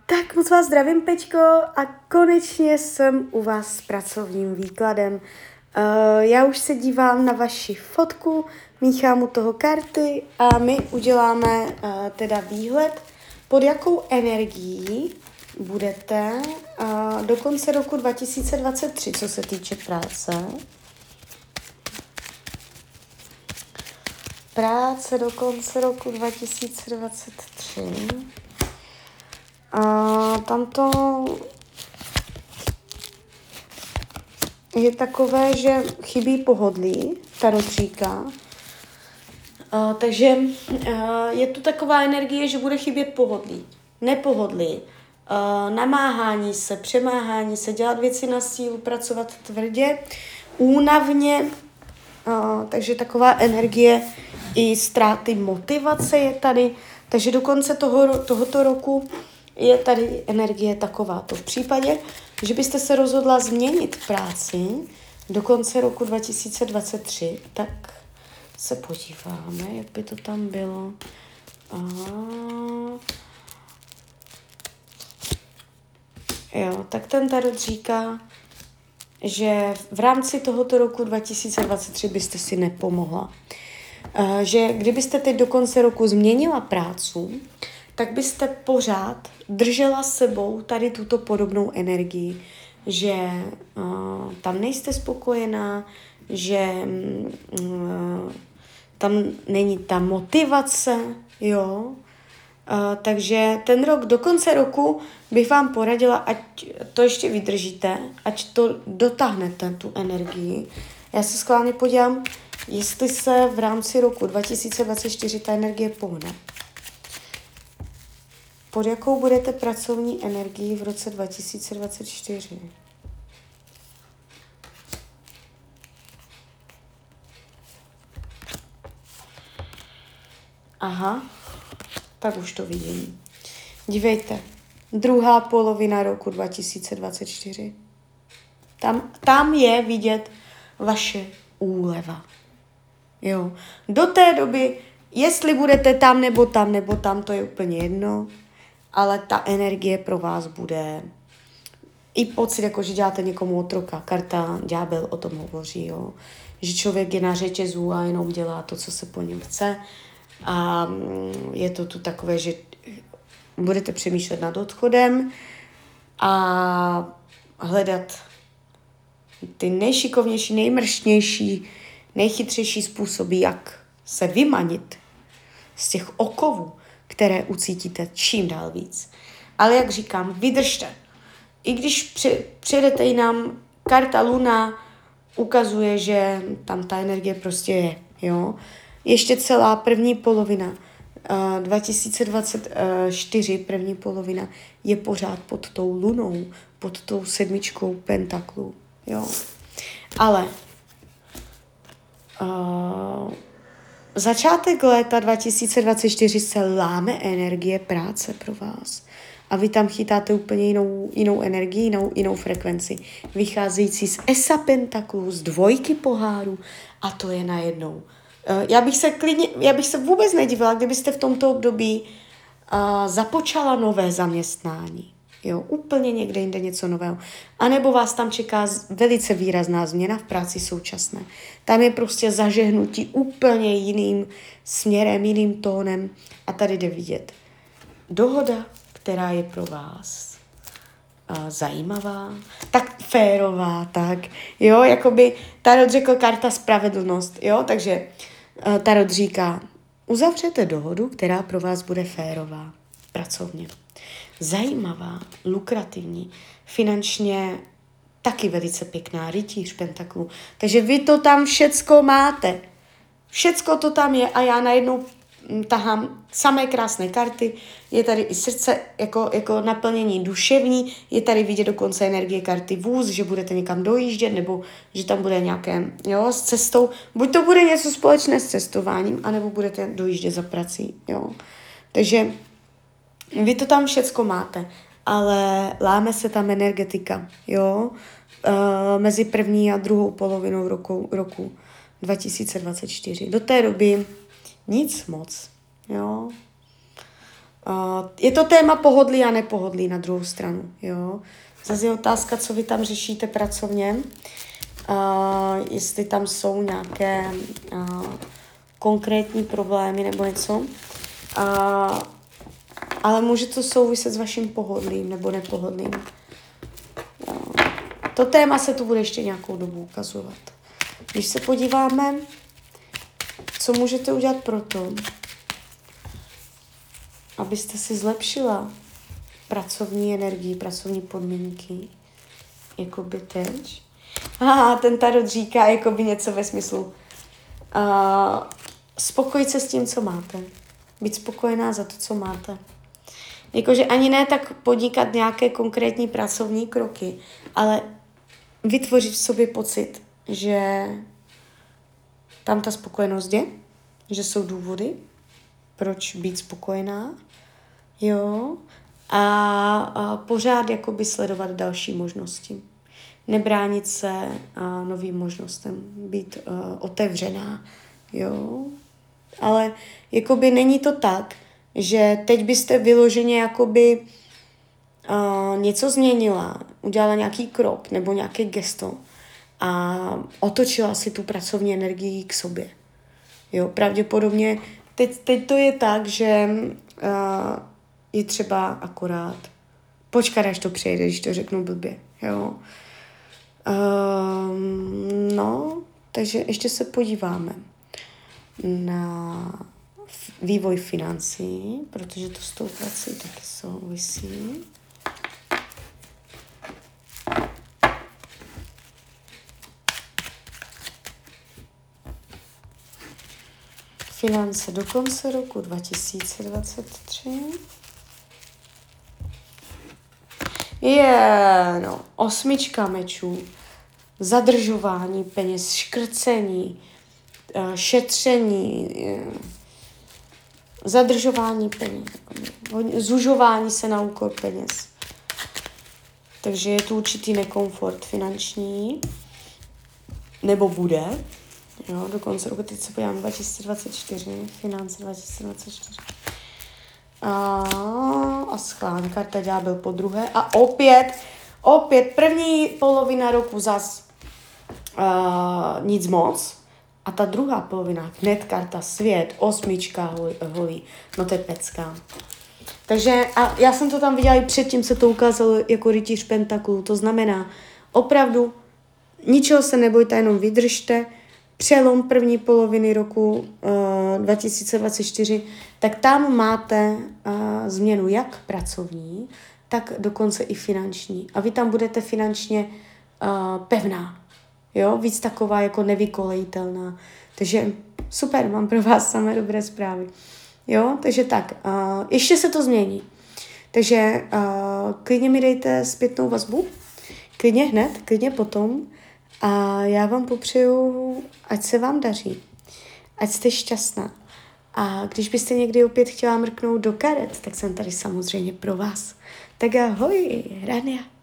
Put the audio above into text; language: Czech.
Tak moc vás zdravím, Peťko, a konečně jsem u vás s pracovním výkladem. Já už se dívám na vaši fotku, míchám u toho karty a my uděláme teda výhled, pod jakou energií budete do konce roku 2023, co se týče práce. Práce do konce roku 2023. Tam to je takové, že chybí pohodlí, tarot říká. Takže je tu taková energie, že bude chybět pohodlí, nepohodlí, namáhání se, přemáhání se, dělat věci na sílu, pracovat tvrdě, únavně, takže taková energie i ztráty motivace je tady. Takže do konce tohoto roku je tady energie takováto. V případě, že byste se rozhodla změnit práci do konce roku 2023, tak se podíváme, jak by to tam bylo. Jo, tak ten tarot říká, že v rámci tohoto roku 2023 byste si nepomohla. Že kdybyste teď do konce roku změnila prácu, tak byste pořád držela sebou tady tuto podobnou energii, že tam nejste spokojená, že tam není ta motivace, jo. Takže ten rok, do konce roku bych vám poradila, ať to ještě vydržíte, ať to dotáhnete, tu energii. Já se schválně podívám, jestli se v rámci roku 2024 ta energie pohne. Pod jakou budete pracovní energii v roce 2024? Aha, tak už to vidím. Dívejte, druhá polovina roku 2024. Tam je vidět vaše úleva. Jo. Do té doby, jestli budete tam nebo tam, to je úplně jedno, ale ta energie pro vás bude i pocit, jako že děláte někomu otroka. Karta ďábel o tom hovoří, jo. Že člověk je na řetězu a jenom dělá to, co se po něm chce. A je to tu takové, že budete přemýšlet nad odchodem a hledat ty nejšikovnější, nejmrštnější, nejchytřejší způsoby, jak se vymanit z těch okovů, které ucítíte čím dál víc. Ale jak říkám, vydržte. I když přijedete jinam, karta Luna ukazuje, že tam ta energie prostě je. Jo? Ještě celá první polovina 2024, první polovina, je pořád pod tou lunou, pod tou 7 pentaklů. Jo? Ale začátek léta 2024 se láme energie práce pro vás. A vy tam chytáte úplně jinou energii, jinou frekvenci. Vycházející z esa pentaklů, z 2 pohárů a to je najednou. Já bych se vůbec nedivila, kdybyste v tomto období započala nové zaměstnání. Jo, úplně někde jinde něco nového. A nebo vás tam čeká velice výrazná změna v práci současné. Tam je prostě zažehnutí úplně jiným směrem, jiným tónem. A tady jde vidět dohoda, která je pro vás zajímavá, tak férová, tak, jo, jakoby tarot řekl karta spravedlnost, jo, takže tarot říká, uzavřete dohodu, která pro vás bude férová, pracovně. Zajímavá, lukrativní, finančně taky velice pěkná, rytíř pentaklů. Takže vy to tam všecko máte. Všecko to tam je a já najednou tahám samé krásné karty. Je tady i srdce jako naplnění duševní. Je tady vidět dokonce energie karty vůz, že budete někam dojíždět nebo že tam bude nějaké, jo, s cestou. Buď to bude něco společné s cestováním, anebo budete dojíždět za prací, jo. Takže vy to tam všecko máte, ale láme se tam energetika, jo, mezi první a druhou polovinou roku 2024. Do té doby nic moc, jo. Je to téma pohodlí a nepohodlí na druhou stranu. Jo? Zase je otázka, co vy tam řešíte pracovně. Jestli tam jsou nějaké konkrétní problémy nebo něco. Ale může to souviset s vaším pohodlím nebo nepohodlím. To téma se tu bude ještě nějakou dobu ukazovat. Když se podíváme, co můžete udělat pro to, abyste si zlepšila pracovní energii, pracovní podmínky, jakoby teď. Ten tarot říká jakoby něco ve smyslu spokojit se s tím, co máte. Být spokojená za to, co máte. Jakože ani ne tak podnikat nějaké konkrétní pracovní kroky, ale vytvořit v sobě pocit, že tam ta spokojenost je, že jsou důvody, proč být spokojená, jo, a pořád jakoby sledovat další možnosti. Nebránit se novým možnostem, být otevřená, jo. Ale jakoby není to tak, že teď byste vyloženě jakoby něco změnila, udělala nějaký krok nebo nějaké gesto a otočila si tu pracovní energii k sobě. Jo, pravděpodobně teď to je tak, že je třeba akorát počkat, až to přejde, když to řeknu blbě. Jo. Takže ještě se podíváme na vývoj financí, protože to s tou prací taky souvisí. Finance do konce roku 2023. Osmička mečů, zadržování peněz, škrcení, šetření, zadržování peněz, zužování se na úkor peněz. Takže je tu určitý nekomfort finanční, nebo bude, jo, do konce roku, teď se podívám 2024, finance 2024. A schválně, karta ďábel po druhé. A opět první polovina roku zas nic moc. A ta druhá polovina, hned karta svět, osmička holí. No to je pecka. Takže a já jsem to tam viděla i předtím, se to ukázalo jako rytíř pentaklů. To znamená, opravdu ničeho se nebojte, jenom vydržte. Přelom první poloviny roku 2024, tak tam máte změnu jak pracovní, tak dokonce i finanční. A vy tam budete finančně pevná. Jo? Víc taková jako nevykolejitelná. Takže super, mám pro vás samé dobré zprávy. Jo? Takže tak, ještě se to změní. Takže klidně mi dejte zpětnou vazbu. Klidně hned, klidně potom. A já vám popřeju, ať se vám daří, ať jste šťastná. A když byste někdy opět chtěla mrknout do karet, tak jsem tady samozřejmě pro vás. Tak ahoj, Rania.